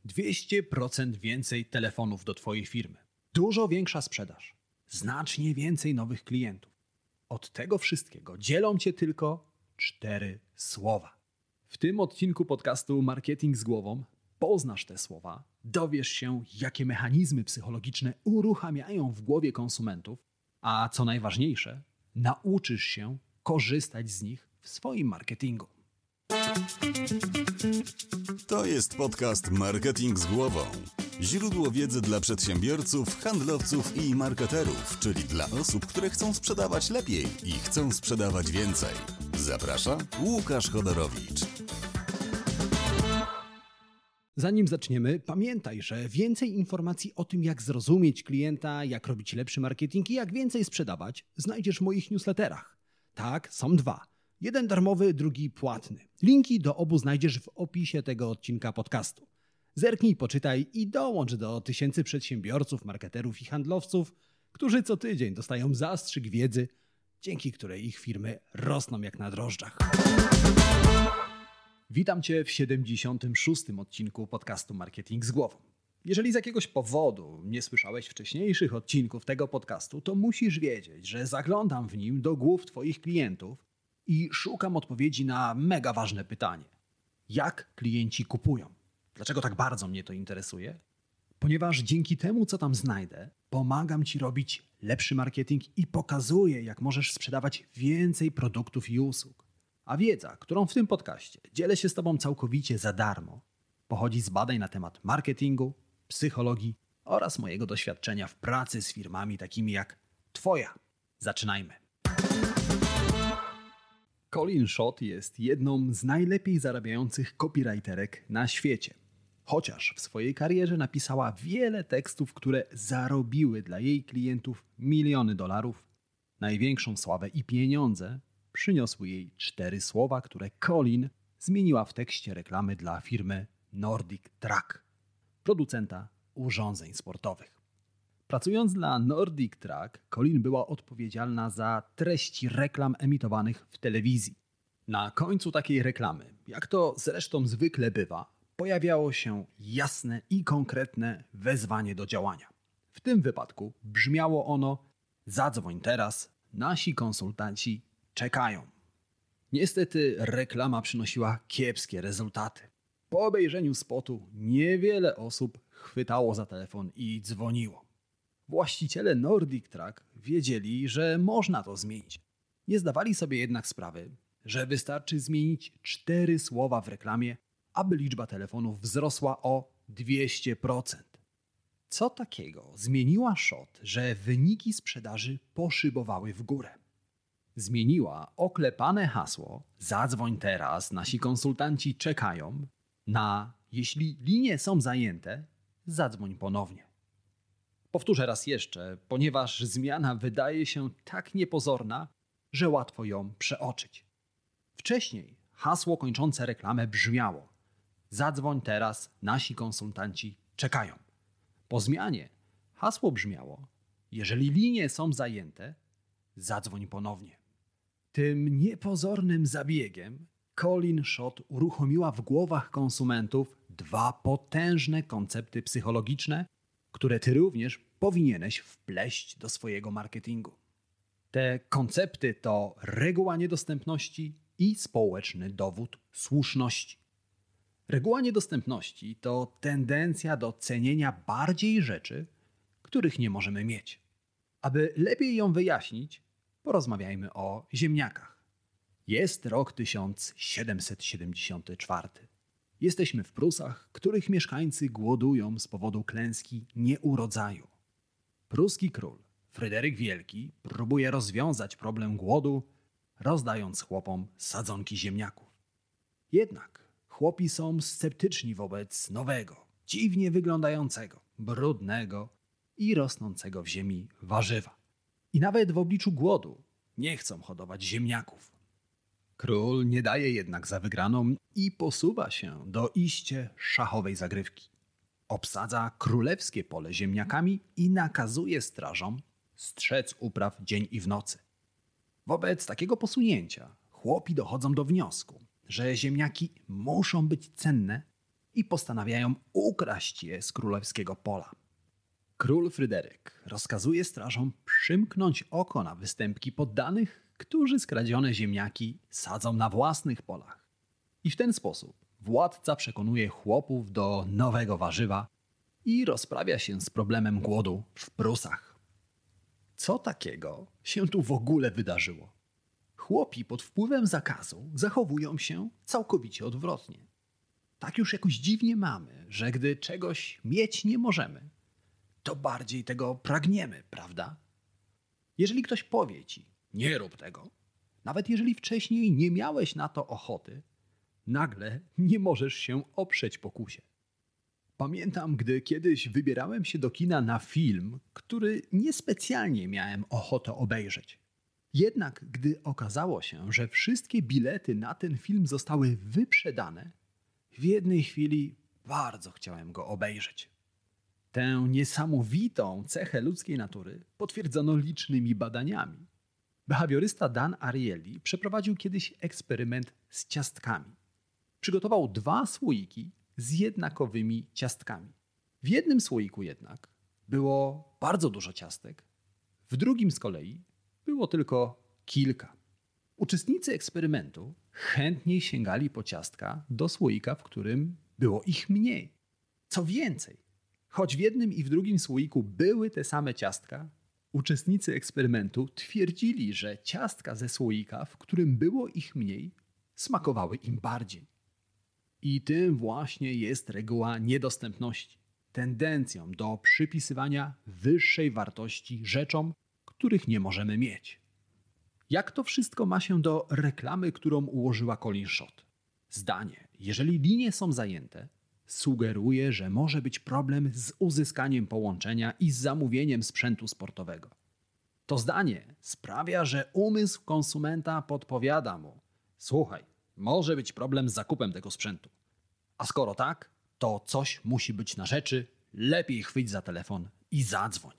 200% więcej telefonów do Twojej firmy. Dużo większa sprzedaż. Znacznie więcej nowych klientów. Od tego wszystkiego dzielą Cię tylko 4 słowa. W tym odcinku podcastu Marketing z Głową poznasz te słowa, dowiesz się, jakie mechanizmy psychologiczne uruchamiają w głowie konsumentów, a co najważniejsze, nauczysz się korzystać z nich w swoim marketingu. To jest podcast Marketing z Głową. Źródło wiedzy dla przedsiębiorców, handlowców i marketerów, czyli dla osób, które chcą sprzedawać lepiej i chcą sprzedawać więcej. Zaprasza Łukasz Chodorowicz. Zanim zaczniemy, pamiętaj, że więcej informacji o tym, jak zrozumieć klienta, jak robić lepszy marketing i jak więcej sprzedawać, znajdziesz w moich newsletterach. Tak, są 2. Jeden darmowy, drugi płatny. Linki do obu znajdziesz w opisie tego odcinka podcastu. Zerknij, poczytaj i dołącz do tysięcy przedsiębiorców, marketerów i handlowców, którzy co tydzień dostają zastrzyk wiedzy, dzięki której ich firmy rosną jak na drożdżach. Witam Cię w 76. odcinku podcastu Marketing z Głową. Jeżeli z jakiegoś powodu nie słyszałeś wcześniejszych odcinków tego podcastu, to musisz wiedzieć, że zaglądam w nim do głów Twoich klientów i szukam odpowiedzi na mega ważne pytanie. Jak klienci kupują? Dlaczego tak bardzo mnie to interesuje? Ponieważ dzięki temu, co tam znajdę, pomagam Ci robić lepszy marketing i pokazuję, jak możesz sprzedawać więcej produktów i usług. A wiedza, którą w tym podcaście dzielę się z Tobą całkowicie za darmo, pochodzi z badań na temat marketingu, psychologii oraz mojego doświadczenia w pracy z firmami takimi jak Twoja. Zaczynajmy. Colleen Schott jest jedną z najlepiej zarabiających copywriterek na świecie. Chociaż w swojej karierze napisała wiele tekstów, które zarobiły dla jej klientów miliony dolarów, największą sławę i pieniądze przyniosły jej 4 słowa, które Colleen zmieniła w tekście reklamy dla firmy Nordic Track, producenta urządzeń sportowych. Pracując dla Nordic Track, Colleen była odpowiedzialna za treści reklam emitowanych w telewizji. Na końcu takiej reklamy, jak to zresztą zwykle bywa, pojawiało się jasne i konkretne wezwanie do działania. W tym wypadku brzmiało ono: zadzwoń teraz, nasi konsultanci czekają. Niestety reklama przynosiła kiepskie rezultaty. Po obejrzeniu spotu niewiele osób chwytało za telefon i dzwoniło. Właściciele Nordic Track wiedzieli, że można to zmienić. Nie zdawali sobie jednak sprawy, że wystarczy zmienić 4 słowa w reklamie, aby liczba telefonów wzrosła o 200%. Co takiego zmieniła Schott, że wyniki sprzedaży poszybowały w górę? Zmieniła oklepane hasło zadzwoń teraz, nasi konsultanci czekają na jeśli linie są zajęte, zadzwoń ponownie. Powtórzę raz jeszcze, ponieważ zmiana wydaje się tak niepozorna, że łatwo ją przeoczyć. Wcześniej hasło kończące reklamę brzmiało: zadzwoń teraz, nasi konsultanci czekają. Po zmianie hasło brzmiało: jeżeli linie są zajęte, zadzwoń ponownie. Tym niepozornym zabiegiem Colleen Schott uruchomiła w głowach konsumentów 2 potężne koncepty psychologiczne, które Ty również powinieneś wpleść do swojego marketingu. Te koncepty to reguła niedostępności i społeczny dowód słuszności. Reguła niedostępności to tendencja do cenienia bardziej rzeczy, których nie możemy mieć. Aby lepiej ją wyjaśnić, porozmawiajmy o ziemniakach. Jest rok 1774. Jesteśmy w Prusach, których mieszkańcy głodują z powodu klęski nieurodzaju. Pruski król Fryderyk Wielki próbuje rozwiązać problem głodu, rozdając chłopom sadzonki ziemniaków. Jednak chłopi są sceptyczni wobec nowego, dziwnie wyglądającego, brudnego i rosnącego w ziemi warzywa. I nawet w obliczu głodu nie chcą hodować ziemniaków. Król nie daje jednak za wygraną i posuwa się do iście szachowej zagrywki. Obsadza królewskie pole ziemniakami i nakazuje strażom strzec upraw dzień i w nocy. Wobec takiego posunięcia chłopi dochodzą do wniosku, że ziemniaki muszą być cenne i postanawiają ukraść je z królewskiego pola. Król Fryderyk rozkazuje strażom przymknąć oko na występki poddanych, którzy skradzione ziemniaki sadzą na własnych polach. I w ten sposób władca przekonuje chłopów do nowego warzywa i rozprawia się z problemem głodu w Prusach. Co takiego się tu w ogóle wydarzyło? Chłopi pod wpływem zakazu zachowują się całkowicie odwrotnie. Tak już jakoś dziwnie mamy, że gdy czegoś mieć nie możemy, to bardziej tego pragniemy, prawda? Jeżeli ktoś powie ci, nie rób tego, nawet jeżeli wcześniej nie miałeś na to ochoty, nagle nie możesz się oprzeć pokusie. Pamiętam, gdy kiedyś wybierałem się do kina na film, który niespecjalnie miałem ochotę obejrzeć. Jednak gdy okazało się, że wszystkie bilety na ten film zostały wyprzedane, w jednej chwili bardzo chciałem go obejrzeć. Tę niesamowitą cechę ludzkiej natury potwierdzono licznymi badaniami. Behawiorysta Dan Ariely przeprowadził kiedyś eksperyment z ciastkami. Przygotował 2 słoiki z jednakowymi ciastkami. W jednym słoiku jednak było bardzo dużo ciastek, w drugim z kolei było tylko kilka. Uczestnicy eksperymentu chętniej sięgali po ciastka do słoika, w którym było ich mniej. Co więcej, choć w jednym i w drugim słoiku były te same ciastka, uczestnicy eksperymentu twierdzili, że ciastka ze słoika, w którym było ich mniej, smakowały im bardziej. I tym właśnie jest reguła niedostępności. Tendencją do przypisywania wyższej wartości rzeczom, których nie możemy mieć. Jak to wszystko ma się do reklamy, którą ułożyła Colin Shott? Zdanie, jeżeli linie są zajęte, sugeruje, że może być problem z uzyskaniem połączenia i z zamówieniem sprzętu sportowego. To zdanie sprawia, że umysł konsumenta podpowiada mu: słuchaj, może być problem z zakupem tego sprzętu. A skoro tak, to coś musi być na rzeczy, lepiej chwyć za telefon i zadzwoń.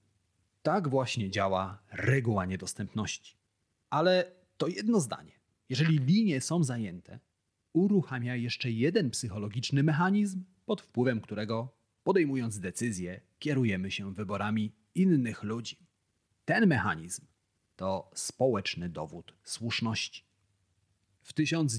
Tak właśnie działa reguła niedostępności. Ale to jedno zdanie, jeżeli linie są zajęte, uruchamia jeszcze jeden psychologiczny mechanizm, pod wpływem którego, podejmując decyzje, kierujemy się wyborami innych ludzi. Ten mechanizm to społeczny dowód słuszności. W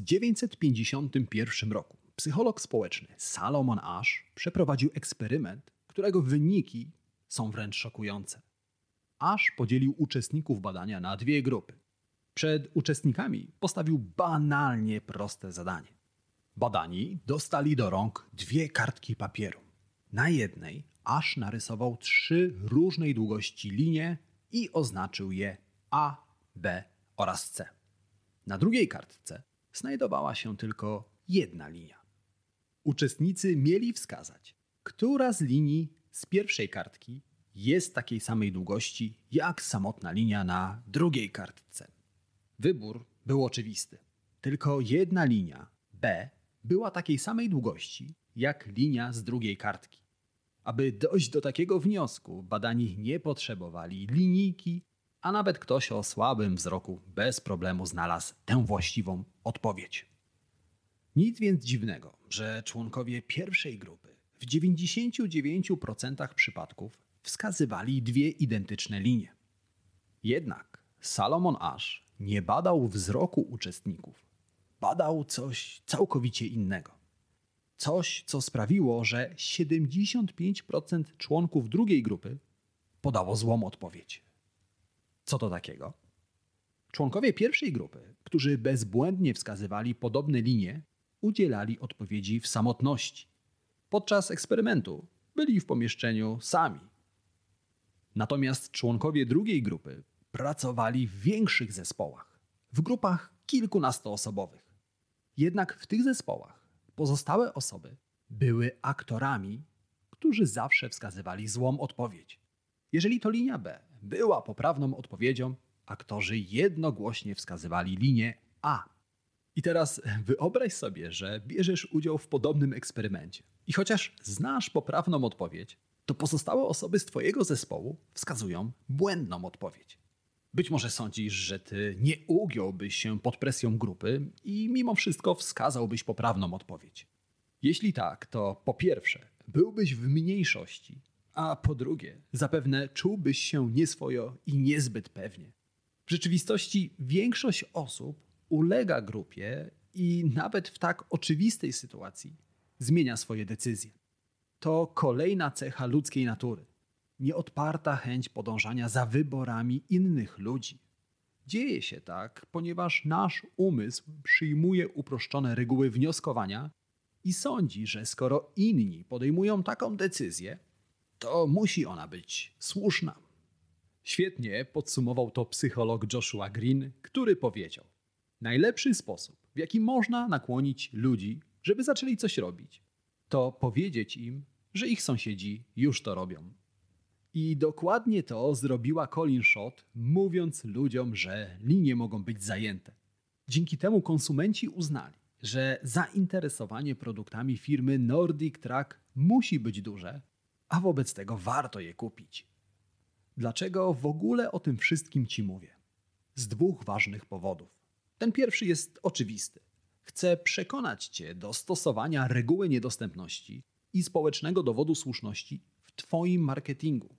1951 roku psycholog społeczny Salomon Asch przeprowadził eksperyment, którego wyniki są wręcz szokujące. Asch podzielił uczestników badania na 2 grupy. Przed uczestnikami postawił banalnie proste zadanie. Badani dostali do rąk 2 kartki papieru. Na jednej Asch narysował 3 różnej długości linie i oznaczył je A, B oraz C. Na drugiej kartce znajdowała się tylko jedna linia. Uczestnicy mieli wskazać, która z linii z pierwszej kartki jest takiej samej długości jak samotna linia na drugiej kartce. Wybór był oczywisty. Tylko jedna linia, B, była takiej samej długości jak linia z drugiej kartki. Aby dojść do takiego wniosku, badani nie potrzebowali linijki, a nawet ktoś o słabym wzroku bez problemu znalazł tę właściwą odpowiedź. Nic więc dziwnego, że członkowie pierwszej grupy w 99% przypadków wskazywali 2 identyczne linie. Jednak Salomon Asch nie badał wzroku uczestników. Badał coś całkowicie innego. Coś, co sprawiło, że 75% członków drugiej grupy podało złą odpowiedź. Co to takiego? Członkowie pierwszej grupy, którzy bezbłędnie wskazywali podobne linie, udzielali odpowiedzi w samotności. Podczas eksperymentu byli w pomieszczeniu sami. Natomiast członkowie drugiej grupy pracowali w większych zespołach, w grupach kilkunastoosobowych. Jednak w tych zespołach pozostałe osoby były aktorami, którzy zawsze wskazywali złą odpowiedź. Jeżeli to linia B była poprawną odpowiedzią, aktorzy jednogłośnie wskazywali linię A. I teraz wyobraź sobie, że bierzesz udział w podobnym eksperymencie. I chociaż znasz poprawną odpowiedź, to pozostałe osoby z twojego zespołu wskazują błędną odpowiedź. Być może sądzisz, że ty nie ugiąłbyś się pod presją grupy i mimo wszystko wskazałbyś poprawną odpowiedź. Jeśli tak, to po pierwsze, byłbyś w mniejszości, a po drugie, zapewne czułbyś się nieswojo i niezbyt pewnie. W rzeczywistości większość osób ulega grupie i nawet w tak oczywistej sytuacji zmienia swoje decyzje. To kolejna cecha ludzkiej natury. Nieodparta chęć podążania za wyborami innych ludzi. Dzieje się tak, ponieważ nasz umysł przyjmuje uproszczone reguły wnioskowania i sądzi, że skoro inni podejmują taką decyzję, to musi ona być słuszna. Świetnie podsumował to psycholog Joshua Green, który powiedział: najlepszy sposób, w jaki można nakłonić ludzi, żeby zaczęli coś robić, to powiedzieć im, że ich sąsiedzi już to robią. I dokładnie to zrobiła Colin Schott, mówiąc ludziom, że linie mogą być zajęte. Dzięki temu konsumenci uznali, że zainteresowanie produktami firmy Nordic Track musi być duże, a wobec tego warto je kupić. Dlaczego w ogóle o tym wszystkim Ci mówię? Z dwóch ważnych powodów. Ten pierwszy jest oczywisty. Chcę przekonać Cię do stosowania reguły niedostępności i społecznego dowodu słuszności w Twoim marketingu.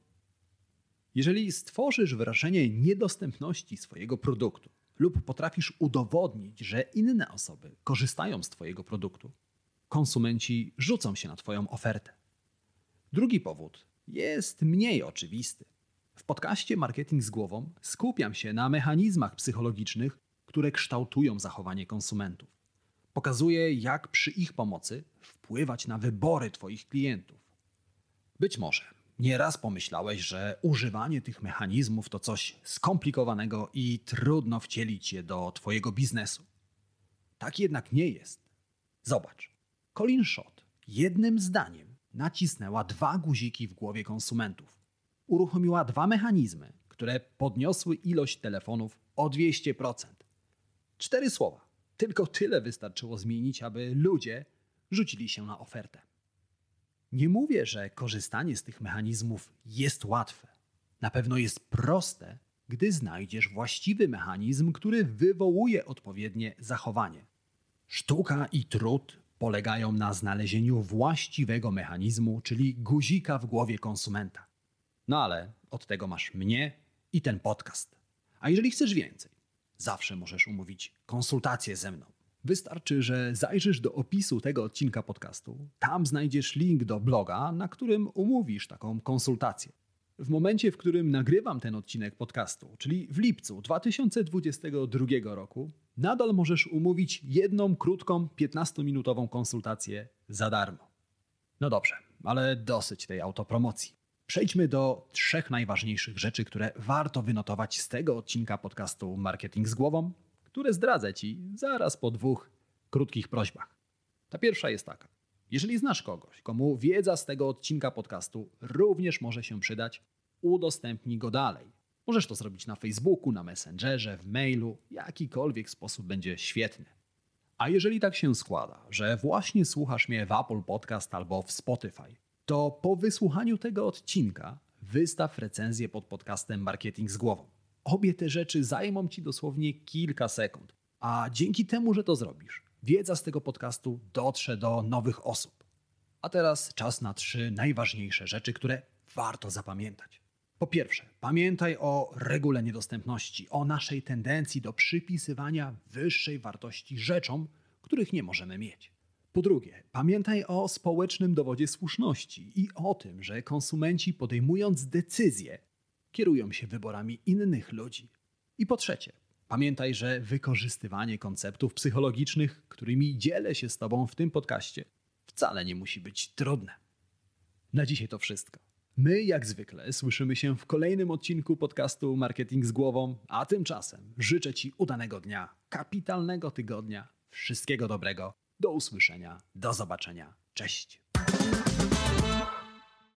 Jeżeli stworzysz wrażenie niedostępności swojego produktu lub potrafisz udowodnić, że inne osoby korzystają z Twojego produktu, konsumenci rzucą się na Twoją ofertę. Drugi powód jest mniej oczywisty. W podcaście Marketing z Głową skupiam się na mechanizmach psychologicznych, które kształtują zachowanie konsumentów. Pokazuję, jak przy ich pomocy wpływać na wybory Twoich klientów. Być może nieraz pomyślałeś, że używanie tych mechanizmów to coś skomplikowanego i trudno wcielić je do Twojego biznesu. Tak jednak nie jest. Zobacz, Colin Schott jednym zdaniem nacisnęła 2 guziki w głowie konsumentów. Uruchomiła 2 mechanizmy, które podniosły ilość telefonów o 200%. 4 słowa. Tylko tyle wystarczyło zmienić, aby ludzie rzucili się na ofertę. Nie mówię, że korzystanie z tych mechanizmów jest łatwe. Na pewno jest proste, gdy znajdziesz właściwy mechanizm, który wywołuje odpowiednie zachowanie. Sztuka i trud polegają na znalezieniu właściwego mechanizmu, czyli guzika w głowie konsumenta. No ale od tego masz mnie i ten podcast. A jeżeli chcesz więcej, zawsze możesz umówić konsultację ze mną. Wystarczy, że zajrzysz do opisu tego odcinka podcastu. Tam znajdziesz link do bloga, na którym umówisz taką konsultację. W momencie, w którym nagrywam ten odcinek podcastu, czyli w lipcu 2022 roku, nadal możesz umówić jedną krótką, 15-minutową konsultację za darmo. No dobrze, ale dosyć tej autopromocji. Przejdźmy do 3 najważniejszych rzeczy, które warto wynotować z tego odcinka podcastu Marketing z Głową, które zdradzę Ci zaraz po 2 krótkich prośbach. Ta pierwsza jest taka. Jeżeli znasz kogoś, komu wiedza z tego odcinka podcastu również może się przydać, udostępnij go dalej. Możesz to zrobić na Facebooku, na Messengerze, w mailu, jakikolwiek sposób będzie świetny. A jeżeli tak się składa, że właśnie słuchasz mnie w Apple Podcast albo w Spotify, to po wysłuchaniu tego odcinka wystaw recenzję pod podcastem Marketing z Głową. Obie te rzeczy zajmą Ci dosłownie kilka sekund, a dzięki temu, że to zrobisz, wiedza z tego podcastu dotrze do nowych osób. A teraz czas na 3 najważniejsze rzeczy, które warto zapamiętać. Po pierwsze, pamiętaj o regule niedostępności, o naszej tendencji do przypisywania wyższej wartości rzeczom, których nie możemy mieć. Po drugie, pamiętaj o społecznym dowodzie słuszności i o tym, że konsumenci podejmując decyzje, kierują się wyborami innych ludzi. I po trzecie, pamiętaj, że wykorzystywanie konceptów psychologicznych, którymi dzielę się z Tobą w tym podcaście, wcale nie musi być trudne. Na dzisiaj to wszystko. My, jak zwykle, słyszymy się w kolejnym odcinku podcastu Marketing z Głową, a tymczasem życzę Ci udanego dnia, kapitalnego tygodnia, wszystkiego dobrego. Do usłyszenia, do zobaczenia. Cześć!